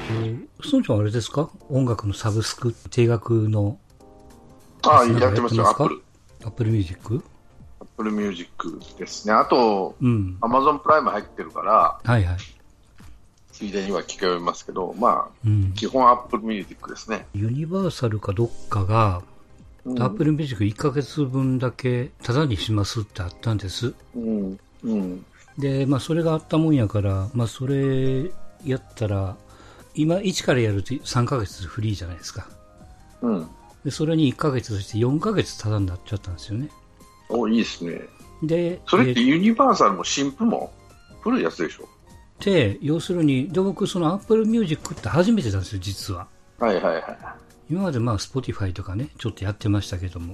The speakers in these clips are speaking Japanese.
村長はあれですか、音楽のサブスク、定額の。 やってますよ、 アップルミュージック。 アップルミュージックですね。あと、アマゾンプライム入ってるから、 はいはい。 ついでには聞こえますけど、基本アップルミュージックですね。 ユニバーサルかどっかが、アップルミュージック1ヶ月分だけタダにしますってあったんです。で、それがあったもんやから、それやったら、今1からやると3ヶ月フリーじゃないですか。で、それに1ヶ月として4ヶ月タダになっちゃったんですよね。 いいですね。 で、 それってユニバーサルも新譜も古いやつでしょ。 で、要するに、僕、その Apple Music って初めてなんですよ、実は。今までSpotify とかね、ちょっとやってましたけども。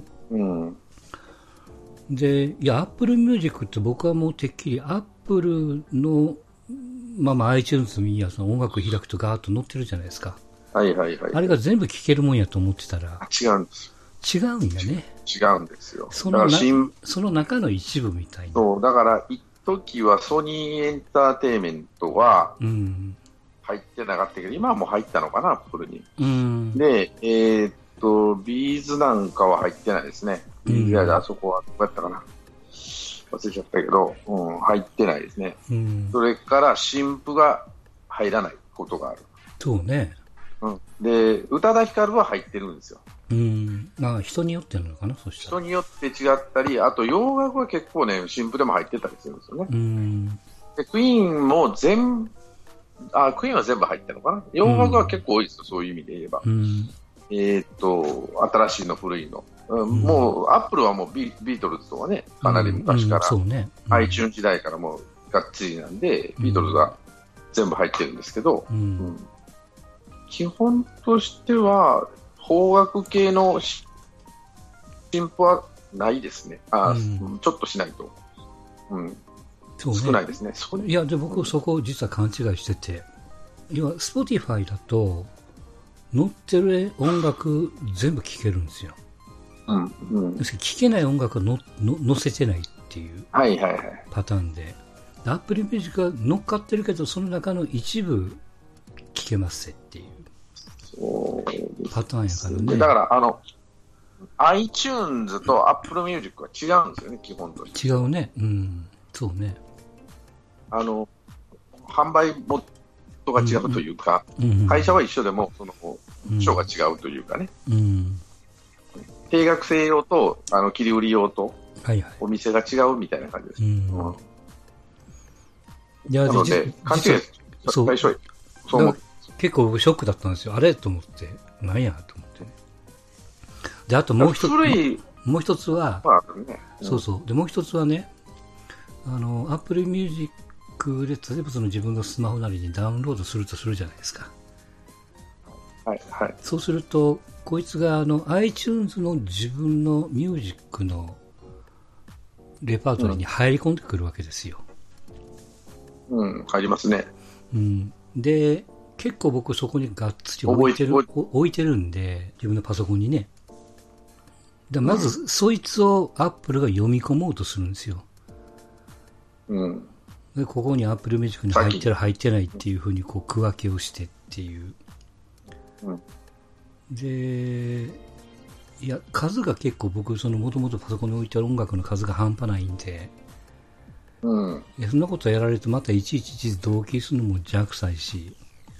で、Apple Music って僕はもうてっきり Apple の、iTunes でもいいや、その音楽開くとガーッと載ってるじゃないですか。あれが全部聴けるもんやと思ってたら。 違うんです。 違うんだね。 違うんですよ。 その中の一部みたいな。 そう、だから、一時はソニーエンターテイメントは入ってなかったけど、今はもう入ったのかな、アップルに。で、ビーズなんかは入ってないですね。ビーズやであそこはどうやったかな。忘れちゃったけど、入ってないですね。それから新譜が入らないことがある。 そうね。 で、宇多田ヒカルは入ってるんですよ。 人によってなのかな、そしたら。 人によって違ったり、あと洋楽は結構ね、新譜でも入ってたりするんですよね。で、クイーンもクイーンは全部入ってるのかな。洋楽は結構多いですよ、そういう意味で言えば。新しいの、古いの。もう、アップルはもうビートルズとかね、かなり昔から、iTunes 時代からもうがっつりなんで、ビートルズは全部入ってるんですけど、基本としては、邦楽系の新譜はないですね。ちょっとしないと。少ないですね。 いや、で、僕そこ実は勘違いしてて、要は、Spotify だと、載ってる音楽全部聴けるんですよ。聴けない音楽は載せてないっていうパターンで、Apple Music が乗っかってるけど、その中の一部聴けますっていうパターンやからね。 だから、iTunes と Apple Music は違うんですよね、基本として。 違うね。そうね。 販売元が違うというか、会社は一緒でも、その、部署が違うというかね。定額制用と、切り売り用と、お店が違うみたいな感じです。なので、勘違い最初そう思って。 結構僕ショックだったんですよ。あれと思って。なんやと思ってね。で、あともう一つは、で、もう一つはね、Apple Music で、例えばその自分のスマホなりにダウンロードするとするじゃないですか。そうすると、こいつがiTunes の自分のミュージックのレパートリーに入り込んでくるわけですよ。 入りますね。 で、結構僕そこにがっつり置いてるんで、自分のパソコンにね。まず、そいつを Apple が読み込もうとするんですよ。で、ここに Apple Music に入ってる入ってないっていう風にこう区分けをしてっていう。で、いや、数が結構僕、もともとパソコンに置いてある音楽の数が半端ないんで、いや、そんなことやられるとまたいちいち同期するのも邪臭いし、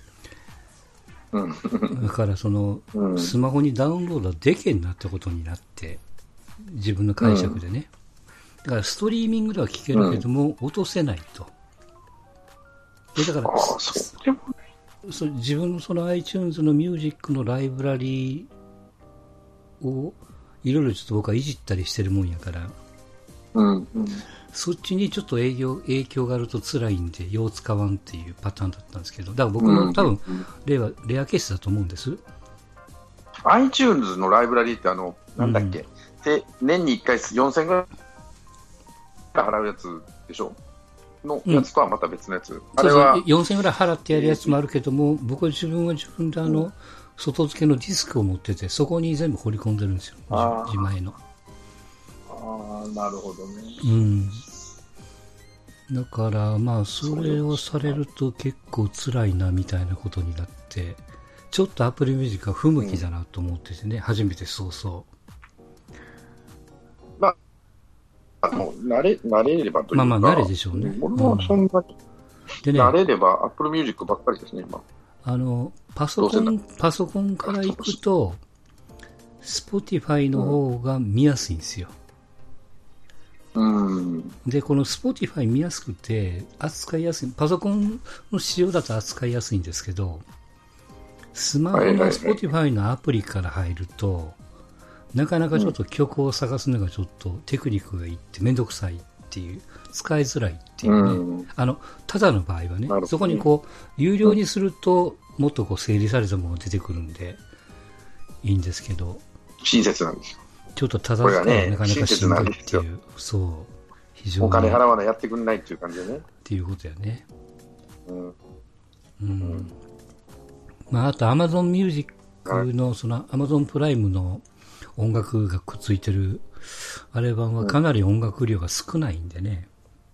だからスマホにダウンロードできんなってことになって、自分の解釈でね。だからストリーミングでは聴けるけども、落とせないと。だから自分のその iTunes のミュージックのライブラリーをいろいろちょっと僕はいじったりしてるもんやから、そっちにちょっと影響があると辛いんで、よう使わんっていうパターンだったんですけど、だから僕の多分、レアケースだと思うんです。 iTunes のライブラリーってなんだっけ、年に1回4000円ぐらい払うやつでしょのやつとはまた別のやつ。あれは 4000円ぐらい払ってやるやつもあるけども、僕は自分で外付けのディスクを持ってて、そこに全部掘り込んでるんですよ。自前の。 なるほどね。 だから、まあ、それをされると結構辛いな、みたいなことになって、ちょっとアップルミュージックは不向きだなと思っててね、初めて早々。 まあ、慣れればというか。 まあまあ、慣れでしょうね。 俺もそんなに、でね、慣れればアップルミュージックばっかりですね、今。 パソコンから行くと、Spotify の方が見やすいんですよ。で、この Spotify 見やすくて、扱いやすい。パソコンの仕様だと扱いやすいんですけど、スマホの Spotify のアプリから入ると、なかなかちょっと曲を探すのがちょっとテクニックがいってめんどくさいっていう、使いづらいっていうね。ただの場合はね、そこにこう、有料にすると、もっとこう整理されたものが出てくるんで、いいんですけど。 親切なんですよ。 ちょっとただ使いはなかなかしんどいっていう。そう。非常に。 お金払わないやってくんないっていう感じでね。 っていうことやね。まあ、あと Amazon Music の、その Amazon プライムの音楽がくっついてるアルバムはかなり音楽量が少ないんでね。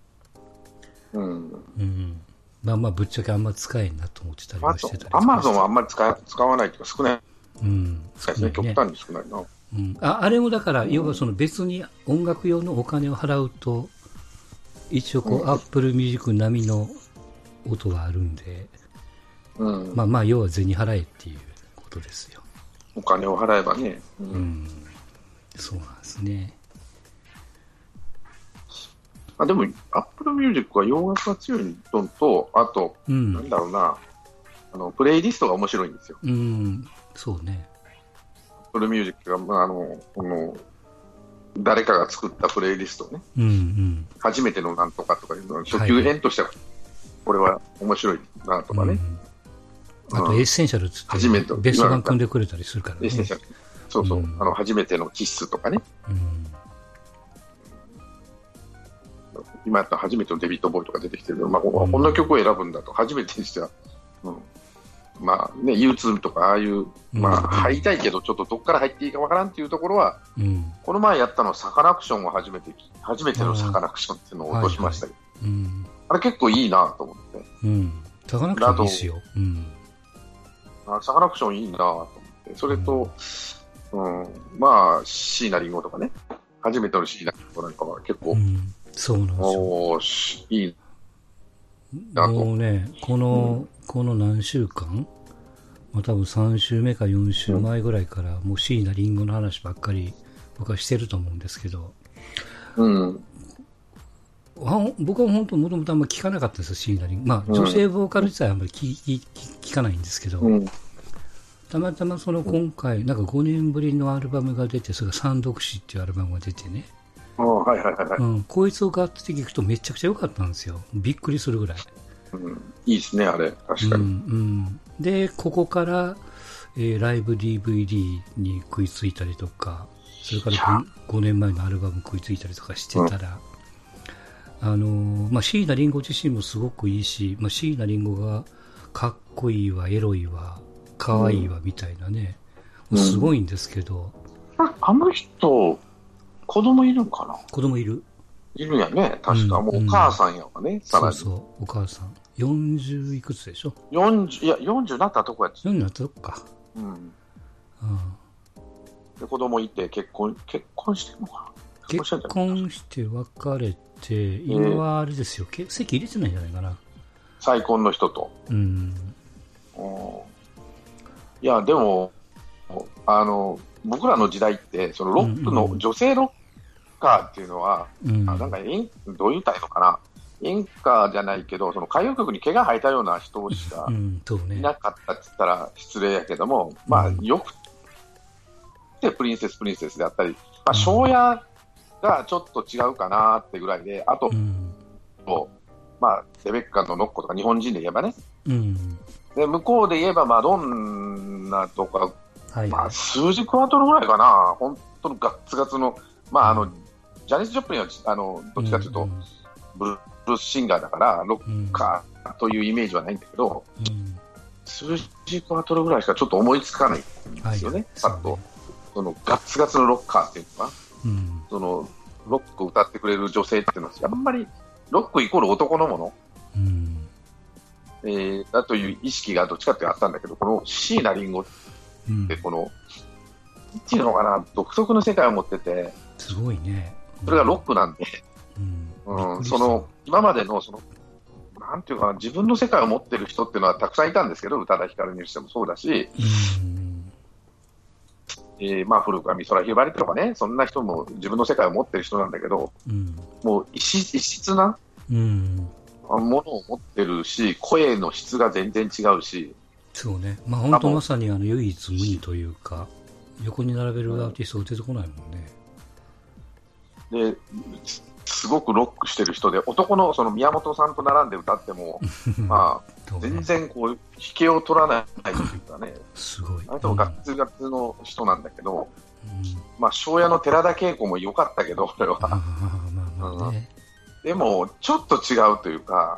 まあまあ、ぶっちゃけあんま使えんなと思ってたりはしてたり。 Amazon はあんまり使わないというか少ない。少ないね。極端に少ないな。 あれもだから、要はその別に音楽用のお金を払うと、一応こう、Apple Music 並みの音があるんで、まあまあ、要は銭払えっていうことですよ。 お金を払えばね。 そうなんですね。 でも、Apple Music は洋楽が強いのと、あと、なんだろうな、プレイリストが面白いんですよ。 そうね。 Apple Music が、誰かが作ったプレイリストね、初めてのなんとかとかいうのは、初級編としては、これは面白いなとかね。 あと、エッセンシャルつって、ベスト版組んでくれたりするからね。エッセンシャル。 そうそう、初めてのキッスとかね。今やったら初めてのデビッド・ボーイとか出てきてるけど、こんな曲を選ぶんだと、初めてにしては。まあね、U2 とかああいう、入りたいけどちょっとどっから入っていいかわからんっていうところは、この前やったのサカナクションを初めてのサカナクションっていうのを落としましたけど、あれ結構いいなと思って。 サカナクションいいですよ。 サカナクションいいなと思って、それと、まあ椎名林檎とかね、初めての椎名林檎なんかは結構、 そうなんですよ。 いいなと。 もうね、この何週間、多分3週目か4週前ぐらいから、もう椎名林檎の話ばっかり僕はしてると思うんですけど、僕は本当もともとあんまり聞かなかったですよ、椎名林檎。まあ、女性ボーカル自体はあんまり聞かないんですけど、たまたまその今回、なんか5年ぶりのアルバムが出て、それが三読誌っていうアルバムが出てね、こいつをガッツって聞くとめちゃくちゃ良かったんですよ。びっくりするぐらい。 いいですね、あれ、確かに。 で、ここから、ライブ DVD に食いついたりとか、それから5年前のアルバム食いついたりとかしてたら、椎名林檎自身もすごくいいし、椎名林檎がかっこいいわ、エロいわ、かわいいわみたいなね、すごいんですけど。 あの人、子供いるんかな？ 子供いる。 いるんやね、確か。もうお母さんやわね、さらに。 そうそう、お母さん。40いくつでしょ？ 40なったとこやつ。 40なったとこか。 で、子供いて結婚してるのかな？ 結婚して別れて、今はあれですよ、籍入れてないんじゃないかな。 再婚の人と。いや、でも、僕らの時代って、そのロックの、女性ロッカーっていうのは、なんかどう言ったらいいのかな、演歌じゃないけど、その歌謡曲に毛が生えたような人しかいなかったって言ったら失礼やけども、よくてプリンセスであったり、庄屋がちょっと違うかなってぐらいで、あと、レベッカのノッコとか日本人で言えばね、で向こうで言えばマドンナとか、数字クワトロぐらいかな、本当のガッツガツの、ジャニス・ジョプリンはどっちかというと、ブルースシンガーだからロッカーというイメージはないんだけど、数字クワトロぐらいしかちょっと思いつかないんですよね、パッと。そのガッツガツのロッカーっていうのは、そのロックを歌ってくれる女性っていうのはあんまりロックイコール男のもの、 うんだという意識がどっちかってあったんだけど、この椎名林檎ってこの、なんていうのかな、独特の世界を持ってて、 すごいね。 それがロックなんで、その今までのなんていうかな、自分の世界を持ってる人っていうのはたくさんいたんですけど、宇多田ヒカルにしてもそうだし、まあ古くは美空ひばりとかね、そんな人も自分の世界を持ってる人なんだけど、もう異質なものを持ってるし、声の質が全然違うし、 そうね、まあ本当まさに唯一無二というか、横に並べるアーティストが出てこないもんね。ですごくロックしてる人で、男のその宮本さんと並んで歌っても、まあ、全然こう引けを取らないというかね、 すごい。 あの人もガッツガツの人なんだけど、まあ庄屋の寺田恵子も良かったけど、俺は。でもちょっと違うというか、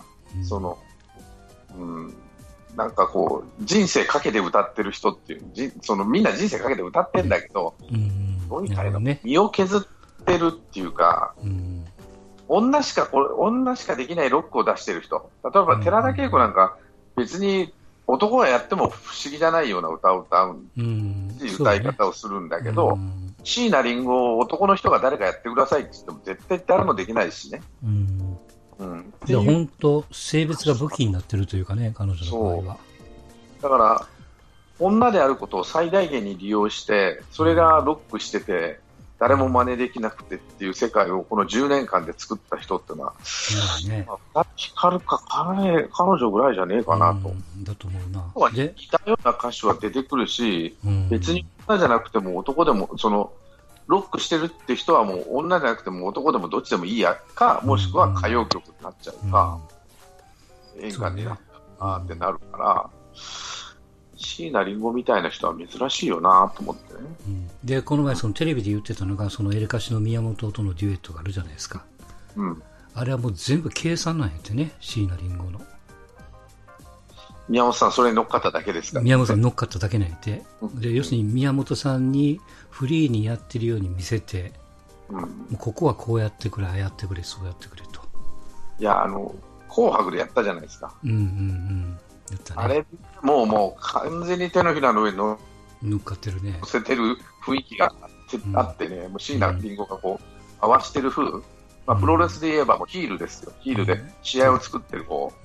なんかこう人生かけて歌ってる人っていう、みんな人生かけて歌ってんだけど、どういうかね、身を削ってるっていうか、女しかできないロックを出してる人、例えば寺田恵子なんか別に男がやっても不思議じゃないような歌を歌う歌い方をするんだけど、椎名林檎を男の人が誰かやってくださいって言っても絶対誰もできないしね。 本当性別が武器になってるというかね、彼女の場合は。 だから女であることを最大限に利用して、それがロックしてて誰も真似できなくてっていう世界をこの10年間で作った人っていうのは、光か彼女ぐらいじゃねえかなと。 だと思うな。 似たような歌手は出てくるし、別に女じゃなくても男でも、ロックしてるって人はもう女じゃなくても男でもどっちでもいいやか、もしくは歌謡曲になっちゃうか、演歌になったってなるから、椎名林檎みたいな人は珍しいよなと思ってね。 でこの前テレビで言ってたのが、エレカシの宮本とのデュエットがあるじゃないですか。あれはもう全部計算なんやってね、椎名林檎の。 宮本さんそれに乗っかっただけですか？ 宮本さんに乗っかっただけなんやて。で要するに宮本さんにフリーにやってるように見せて、もうここはこうやってくれ、ああやってくれ、そうやってくれと。 いや紅白でやったじゃないですか。 やったね、 あれもう完全に手のひらの上に乗っかってるね。 乗せてる雰囲気があってね、もう椎名林檎がこう合わしてる風、まあ、プロレスで言えばもうヒールですよ。ヒールで試合を作ってる暴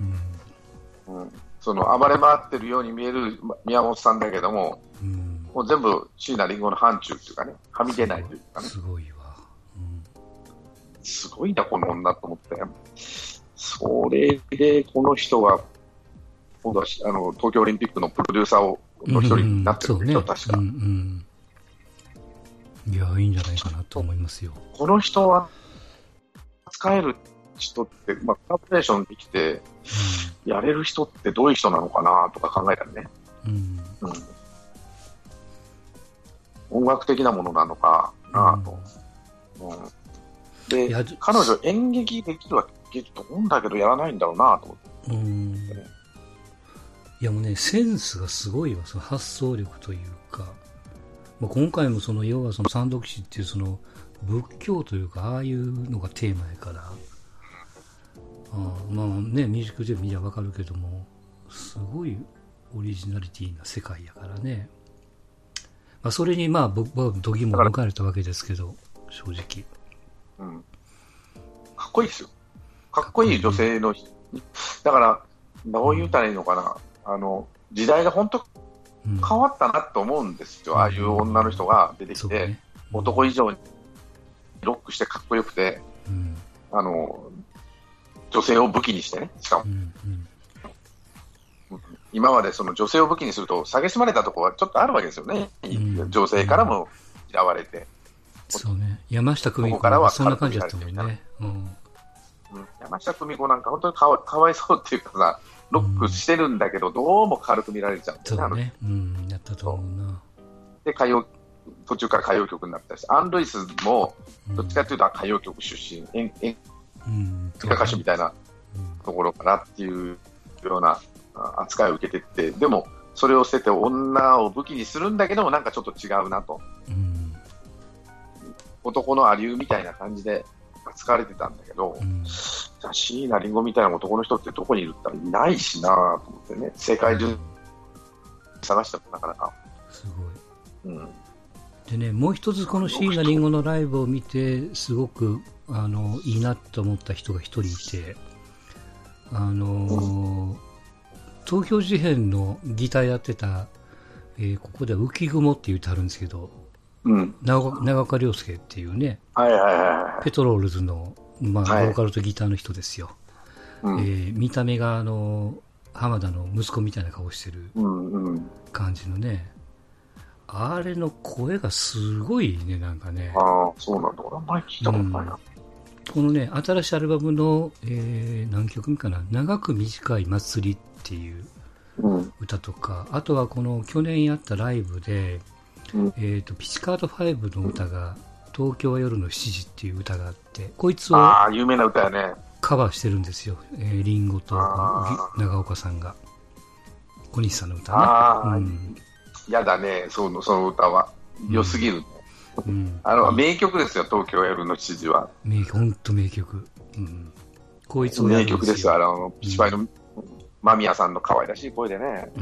れ回ってるように見える宮本さんだけども、もう全部椎名林檎の範疇というかね、はみ出ないというかね。 すごいわ。 すごいなこの女と思って。それでこの人が今度は東京オリンピックのプロデューサーの一人になってるんですよ、確か。 いや、いいんじゃないかなと思いますよ。 この人は使える人って、コラボレーションできて、やれる人ってどういう人なのかなとか考えたりね。音楽的なものなのかなと。で、彼女演劇できるわけと思うんだけどやらないんだろうなと思って。 いやもうね、センスがすごいわ、発想力というか、今回も要は三毒師っていう仏教というか、ああいうのがテーマやから、まあね、ミュージックビデオ見りゃわかるけども、すごいオリジナリティな世界やからね。それに僕は度肝を抜かれたわけですけど、正直。 かっこいいですよ。かっこいい女性の人。だから、どう言うたらいいのかな。時代が本当変わったなと思うんですよ。ああいう女の人が出てきて、男以上にロックしてかっこよくて、女性を武器にしてね、しかも。今まで女性を武器にすると蔑まれたところはちょっとあるわけですよね。女性からも嫌われて。 そうね。山下久美子はそんな感じだったもんね。 山下久美子なんか本当にかわいそうっていうかさ、ロックしてるんだけど、どうも軽く見られちゃうんだよね。 やったと思うな。 で、途中から歌謡曲になったし、アン・ルイスもどっちかというと歌謡曲出身、演歌歌手みたいなところかなっていうような扱いを受けてって、でもそれを捨てて女を武器にするんだけども、なんかちょっと違うなと。男のアリューみたいな感じでぱ使われてたんだけど、じゃあ椎名林檎みたいな男の人ってどこにいるって言ったらいないしなと思ってね、世界中探してもなかなか。 すごい。でね、もう一つこの椎名林檎のライブを見て、すごくいいなと思った人が一人いて、東京事変のギターやってた、ここでは浮雲って言ってあるんですけど、長岡亮介っていうね、ペトロールズの、ボーカルとギターの人ですよ。見た目が浜田の息子みたいな顔してる感じのね、あれの声がすごいね、なんかね。 そうなんだ。俺前聞いたことないな。 このね、新しいアルバムの、何曲目かな、長く短い祭りっていう歌とか、あとはこの去年やったライブで、ピチカート5の歌が、東京は夜の7時っていう歌があって、こいつを有名な歌やね。 カバーしてるんですよ。リンゴと長岡さんが。小西さんの歌ね。 やだね、その歌は。良すぎるね。名曲ですよ、東京は夜の7時は。 本当名曲。こいつをやるんですよ。 名曲ですよ。ピチパイの間宮さんの可愛らしい声でね。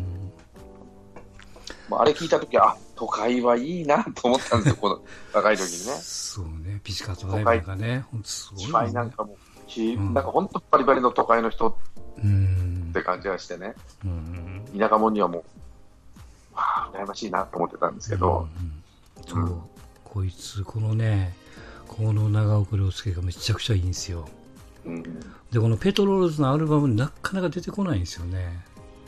あれ聞いたときは、都会はいいなと思ったんですよ、この若い時にね。 そうね、ピチカートライブがね、本当すごい、ね。 ピチパイなんかもなんか本当バリバリの都会の人って感じがしてね。田舎者にはもう、羨ましいなと思ってたんですけど。 こいつ、このね、この長岡亮介がめちゃくちゃいいんですよ。で、このペトロールズのアルバムなかなか出てこないんですよね。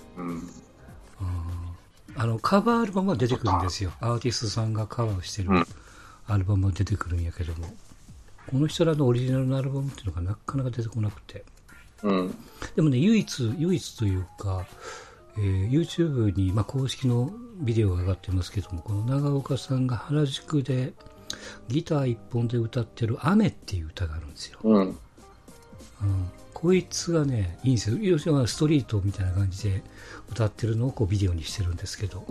カバーアルバムは出てくるんですよ。アーティストさんがカバーしてるアルバムは出てくるんやけども、この人らのオリジナルのアルバムっていうのがなかなか出てこなくて。でもね、唯一というか、YouTube に、公式のビデオが上がってますけども、この長岡さんが原宿でギター一本で歌ってる雨っていう歌があるんですよ。こいつがね、いいんですよ。要するにストリートみたいな感じで歌ってるのをこうビデオにしてるんですけど。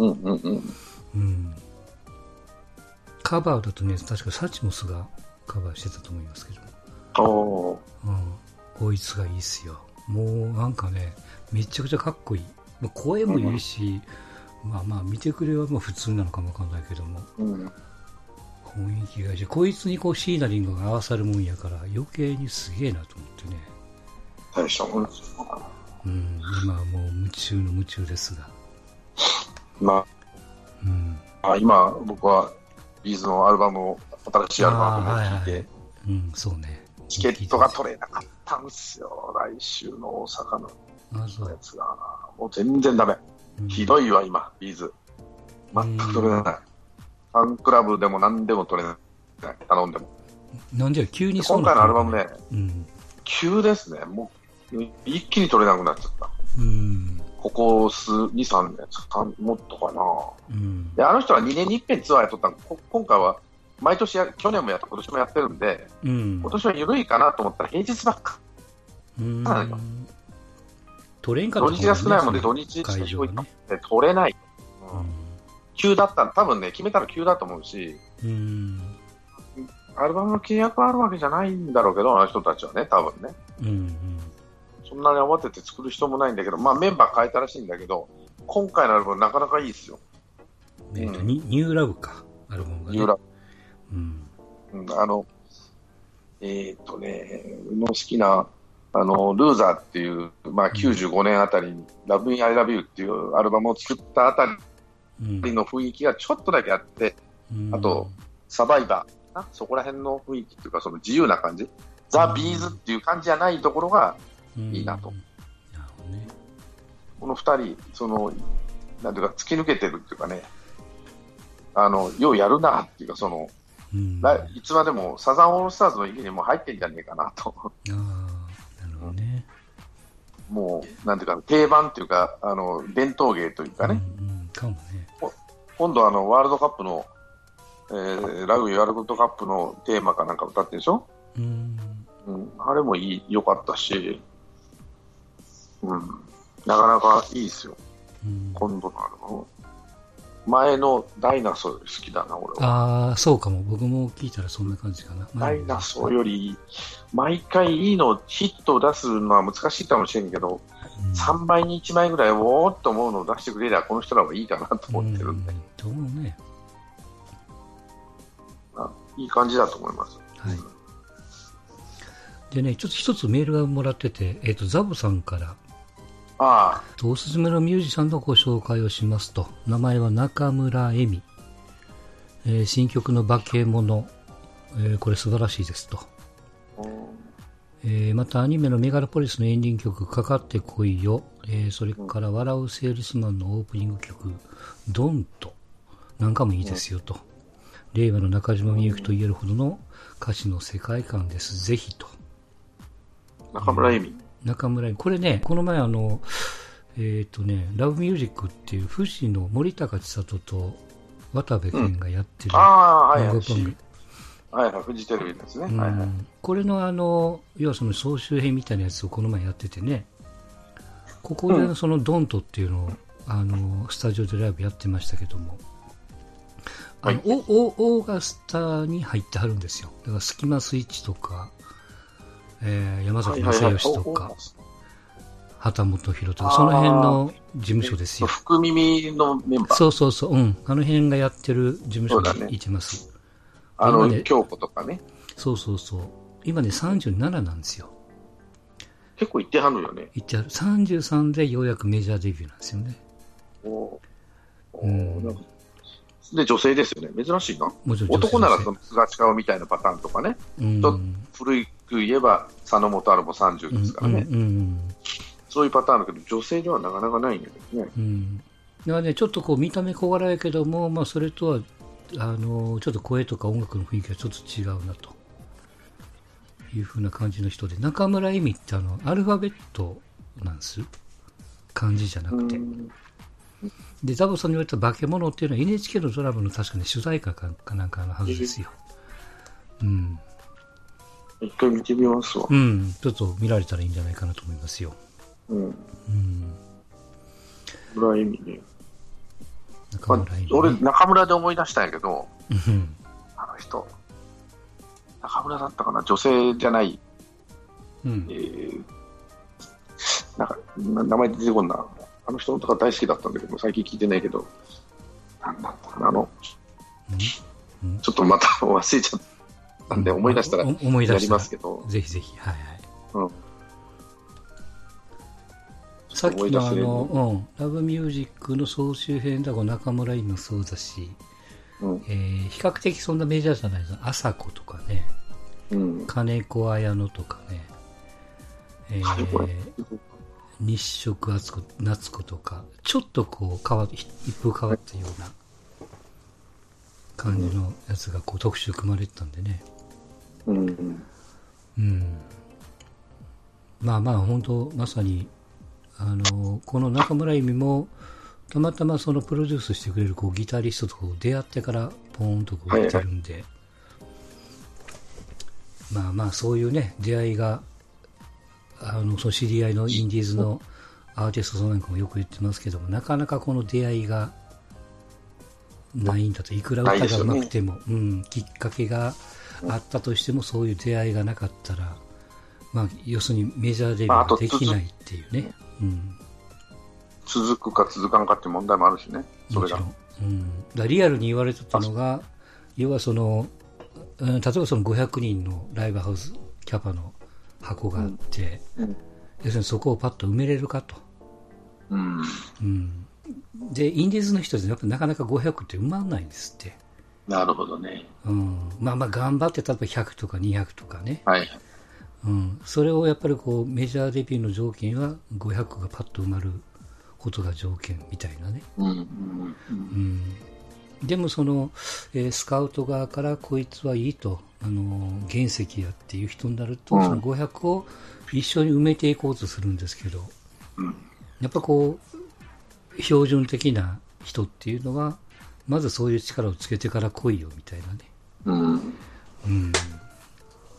カバーだとね、確かサチモスがカバーしてたと思いますけど。こいつがいいっすよ。もうなんかね、めちゃくちゃかっこいい。声もいいし、見てくれは普通なのかもわかんないけども、雰囲気がいいし、こいつにこう椎名林檎が合わさるもんやから余計にすげえなと思ってね。 大したもんですよ。 今はもう夢中の夢中ですが。 今僕はビーズのアルバムを、新しいアルバムを聴いて、 そうね。 チケットが取れなかったんですよ、来週の大阪のやつが。もう全然ダメ。ひどいわ、今、ビーズ。全く取れない。ファンクラブでも何でも取れない。頼んでも。 なんで急に今回のアルバムね、急ですね。もう、一気に取れなくなっちゃった。ここ2、3年、もっとかな。で、あの人は2年に一遍ツアーやっとったの。今回は、毎年去年もやって、今年もやってるんで、今年は緩いかなと思ったら平日ばっか。 取れんかった、 土日が少ないもんで、土日しか行って取れない。急だった多分ね、決めたら急だと思うし、アルバムの契約あるわけじゃないんだろうけど、あの人たちはね、多分ね。そんなに慌てて作る人もないんだけど、メンバー変えたらしいんだけど、今回のアルバムなかなかいいですよ。 ニューラブか、アルバムがね。 ニューラブ。の好きな、ルーザーっていう、95年あたりに、Love Me I Love You っていうアルバムを作ったあたりの雰囲気がちょっとだけあって、あと、サバイバー、そこら辺の雰囲気っていうか、その自由な感じ、ザ・ビーズっていう感じじゃないところがいいなと。この二人、なんていうか、突き抜けてるっていうかね、ようやるなっていうか、いつまでもサザンオールスターズの域にも入ってんじゃねえかなと。 なるほどね。 もう、なんていうか、定番っていうか、伝統芸というかね。 かもね。 今度ワールドカップの、ラグビーワールドカップのテーマかなんか歌ってるでしょ。あれも良かったし、なかなかいいですよ。今度の前のダイナソーより好きだな、俺は。 ああ、そうかも。僕も聞いたらそんな感じかな。 ダイナソーより、毎回いいの、ヒットを出すのは難しいかもしれんけど、3倍に1枚ぐらい、おーっと思うのを出してくれりゃ、この人らはいいかなと思ってるんで。 どうもね。 いい感じだと思います。 はい。でね、ちょっと一つメールがもらってて、ザボさんから、おすすめのミュージシャンのご紹介をしますと。名前は中村恵美。新曲の化け物、これ素晴らしいですと。またアニメのメガロポリスのエンディング曲かかってこいよ、それから笑うセールスマンのオープニング曲ドントなんかもいいですよと。令和の中島みゆきと言えるほどの歌詞の世界観です。ぜひと。 中村恵美。 中村恵美。これね、この前ラブミュージックっていう富士の森高千里と渡部健がやってる音楽番組。はいはい、フジテレビですね。はいはい。 これの要はその総集編みたいなやつをこの前やっててね、ここでそのドントっていうのをスタジオでライブやってましたけども、オーガスタに入ってはるんですよ。だからスキマスイッチとか、山崎正義とか、畑本博とか、その辺の事務所ですよ。 福耳のメンバー。 そうそうそう、あの辺がやってる事務所にいてます。 京子とかね。 そうそうそう。今ね、37なんですよ。 結構行ってはるよね。 行ってはる。33でようやくメジャーデビューなんですよね。 で、女性ですよね。珍しいな。 もちろん男なら菅氏川みたいなパターンとかね。と古く言えば佐野元春も30ですからね。そういうパターンだけど、女性ではなかなかないんですね。 だからね、ちょっとこう見た目小柄やけども、まあ、それとはちょっと声とか音楽の雰囲気がちょっと違うなという風な感じの人で、中村恵美ってアルファベットなんです。漢字じゃなくて。で、ザボさんに言われた化け物っていうのは NHK のドラマの確かに主題歌かなんかのはずですよ。 一回見てみますわ。 ちょっと見られたらいいんじゃないかなと思いますよ。 中村恵美ね。俺、中村で思い出したんやけど、あの人、中村だったかな、女性じゃない、なんか名前出てこんな、あの人とか大好きだったんだけど、最近聞いてないけど、なんだったかな、ちょっとまた忘れちゃったんで、思い出したらやりますけど、 ぜひぜひ、はいはい。さっきのラブミュージックの総集編だと中村井もそうだし、比較的そんなメジャーじゃないです。朝子とかね、金子綾乃とかね、日食夏子とか、ちょっとこう一風変わったような感じのやつがこう特集組まれてたんでね。まあまあ本当まさにこの中村恵美もたまたまそのプロデュースしてくれるこうギタリストと出会ってからポーンとこう来てるんで、まあまあそういうね出会いがその知り合いのインディーズのアーティストなんかもよく言ってますけども、なかなかこの出会いがないんだと。いくら歌がうまくても、きっかけがあったとしてもそういう出会いがなかったら、まあ要するにメジャーデビューできないっていうね。 続くか続かんかっていう問題もあるしね。それが。 だリアルに言われてたのが、要はその例えばその500人のライブハウスキャパの箱があって、要するにそこをパッと埋めれるかと。でインディーズの人でやっぱなかなか500って埋まらないんですって。 なるほどね。 まあまあ頑張って例えば100とか200とかね。それをやっぱりこうメジャーデビューの条件は500がパッと埋まることが条件みたいなね。でもその、スカウト側からこいつはいいと原石やっていう人になると、その500を一緒に埋めていこうとするんですけど、やっぱこう標準的な人っていうのはまずそういう力をつけてから来いよみたいなね。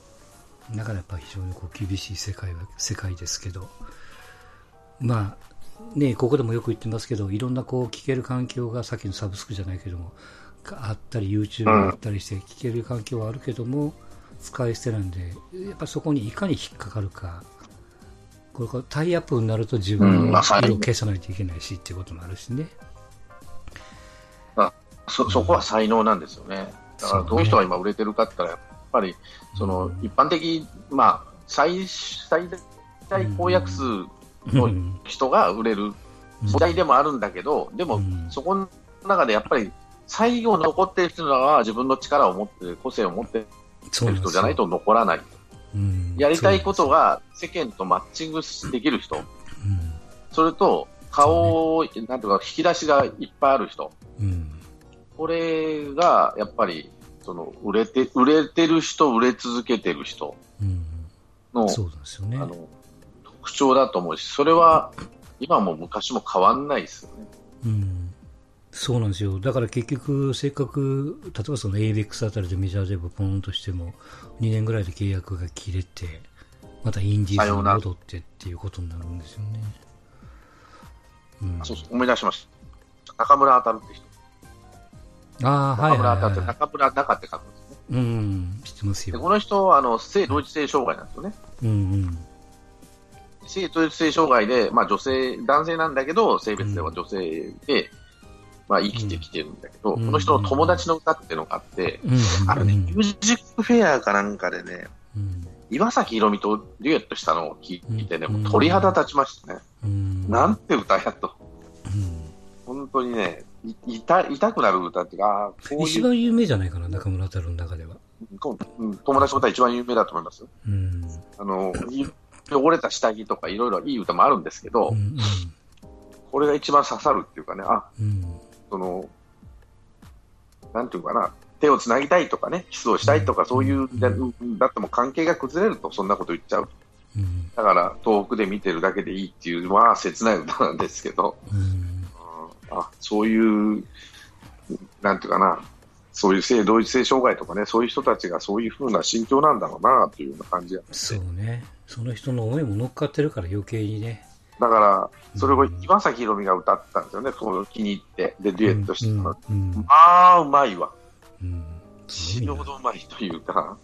だからやっぱ非常にこう厳しい世界ですけど、まあね、ここでもよく言ってますけど、いろんなこう聞ける環境がさっきのサブスクじゃないけども、あったり、YouTube があったりして聞ける環境はあるけども、使い捨てなんで、やっぱそこにいかに引っかかるか、これタイアップになると自分の色を消さないといけないしっていうこともあるしね。 そこは才能なんですよね。だからどういう人が今売れてるかって言ったら、やっぱりその一般的、最大公約数の人が売れる時代でもあるんだけど、でもそこの中でやっぱり最後残っている人は自分の力を持って、個性を持っている人じゃないと残らない。やりたいことが世間とマッチングできる人、それと顔を、なんていうか、引き出しがいっぱいある人、これがやっぱりその売れてる人、売れ続けてる人の、特徴だと思うし、それは今も昔も変わんないですよね。 そうなんですよ。だから結局、せっかく、例えばその ABEX あたりでメジャーデブポンとしても、2年ぐらいで契約が切れて、またインディーズに戻ってっていうことになるんですよね。 そうそう、思い出しました。中村当たるって人。中村当たるって、中村中って書くんですね。 知ってますよ。 この人は性同一性障害なんですよね。性同一性障害で、女性、男性なんだけど、性別では女性で、生きてきてるんだけど、この人の友達の歌っていうのがあって、あれね、ミュージックフェアかなんかでね、岩崎宏美とデュエットしたのを聞いてね、もう鳥肌立ちましたね。なんて歌やと。本当にね、痛くなる歌っていうか、 こういう。一番有名じゃないかな、中村太郎の中では。 友達の歌一番有名だと思います。汚れた下着とかいろいろいい歌もあるんですけど、これが一番刺さるっていうかね、なんていうかな、手をつなぎたいとかね、キスをしたいとか、そういう、だっても関係が崩れるとそんなこと言っちゃう。だから遠くで見てるだけでいいっていう、切ない歌なんですけど、そういう、なんていうかな、そういう性同一性障害とかね、そういう人たちがそういう風な心境なんだろうなというような感じが。 そうね、その人の思いも乗っかってるから余計にね。 だから、それを岩崎宏美が歌ったんですよね、気に入って、で、デュエットしてたら、うまいわ。死ぬほどうまいというか、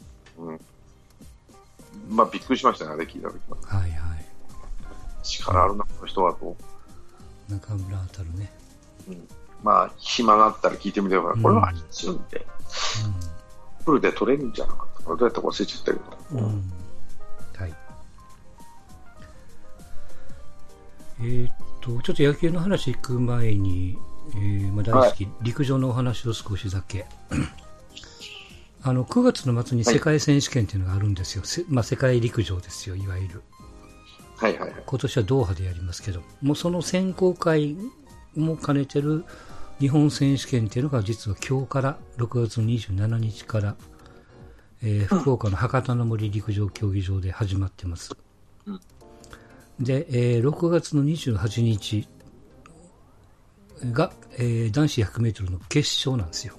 びっくりしましたね、あれ聞いたときは。力あるな、この人はと。 中村当たるね。 暇があったら聞いてみてください。これは一瞬で、フルで撮れるんじゃなかったかな。どうやったか忘れちゃったけど。 ちょっと野球の話行く前に、大好き、陸上のお話を少しだけ。9月の末に世界選手権っていうのがあるんですよ。世界陸上ですよ、いわゆる。今年はドーハでやりますけど、もうその選考会も兼ねてる日本選手権っていうのが実は今日から6月27日から、福岡の博多の森陸上競技場で始まってます。で、6月の28日が、男子100メートルの決勝なんですよ。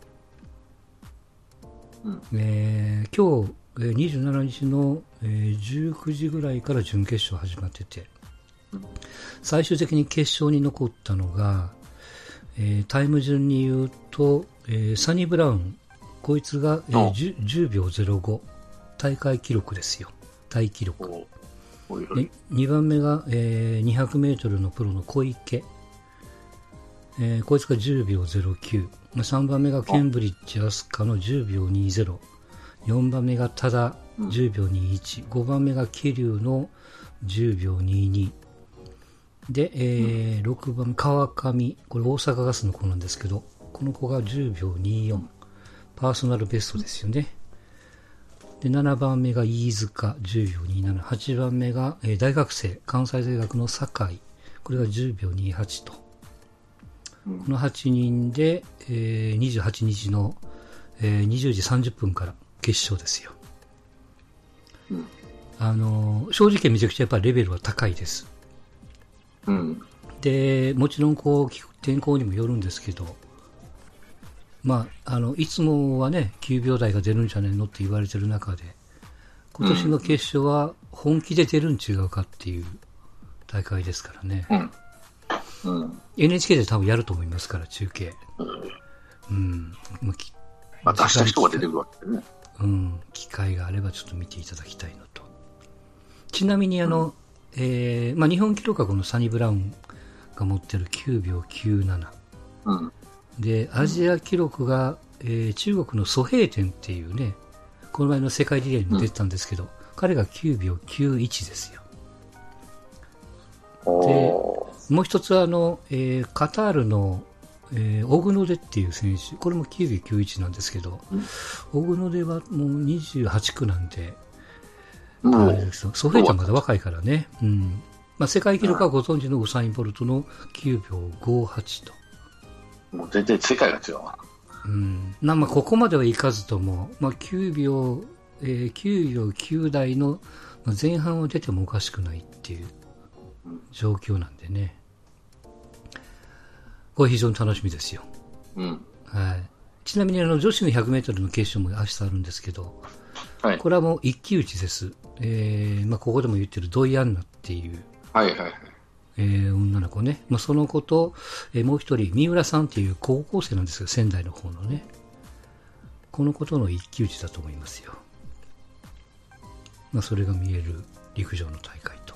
今日、27日の、19時ぐらいから準決勝始まってて、最終的に決勝に残ったのが、タイム順に言うと、サニブラウン、こいつが、10秒05、大会記録ですよ。タイ記録。で2番目が、200メートルのプロの小池、こいつが10秒09、3番目がケンブリッジ・アスカの10秒20、4番目が多田10秒21、5番目が桐生の10秒22で、6番川上、これ大阪ガスの子なんですけど、この子が10秒24、パーソナルベストですよね。で7番目が飯塚10秒27、8番目が、大学生関西大学の酒井、これが10秒28と、この8人で、28日の、20時30分から決勝ですよ。正直めちゃくちゃやっぱりレベルは高いです。でもちろんこう天候にもよるんですけど、いつもはね9秒台が出るんじゃないのって言われてる中で、今年の決勝は本気で出るん違うかっていう大会ですからね。 うん。 NHK で多分やると思いますから、中継。 また出した人が出てくるわけでね。 機会があればちょっと見ていただきたいのと。ちなみに日本記録はこのサニブラウンが持ってる9秒97。で、アジア記録が、中国のソヘイテンっていうね、この前の世界リレーにも出てたんですけど、彼が9秒91ですよ。で、もう一つはカタールの、オグノデっていう選手、これも9秒91なんですけど、オグノデはもう28区なんで、ソヘイテンまだ若いからね。世界記録はご存知のウサイン・ボルトの9秒58と。 もう全然世界が違うわ。 ここまではいかずとも、9秒9台の前半は出てもおかしくないっていう状況なんでね。これ非常に楽しみですよ。ちなみに女子の100メートルの決勝も明日あるんですけど、これはもう一騎打ちです。ここでも言ってるドイアンナっていう、女の子ね。その子と、もう一人、三浦さんっていう高校生なんですけど、仙台の方のね。この子との一騎打ちだと思いますよ。それが見える陸上の大会と。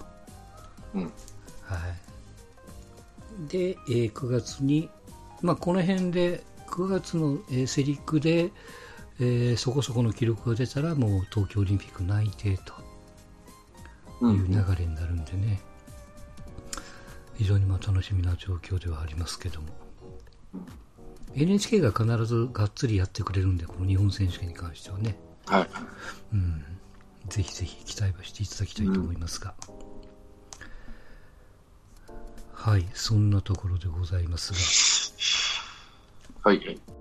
で、9月に、この辺で、9月の、セリックで、そこそこの記録が出たら、もう東京オリンピック内定という流れになるんでね。非常に楽しみな状況ではありますけども。NHK が必ずがっつりやってくれるんで、この日本選手権に関してはね。ぜひぜひ期待はしていただきたいと思いますが。そんなところでございますが。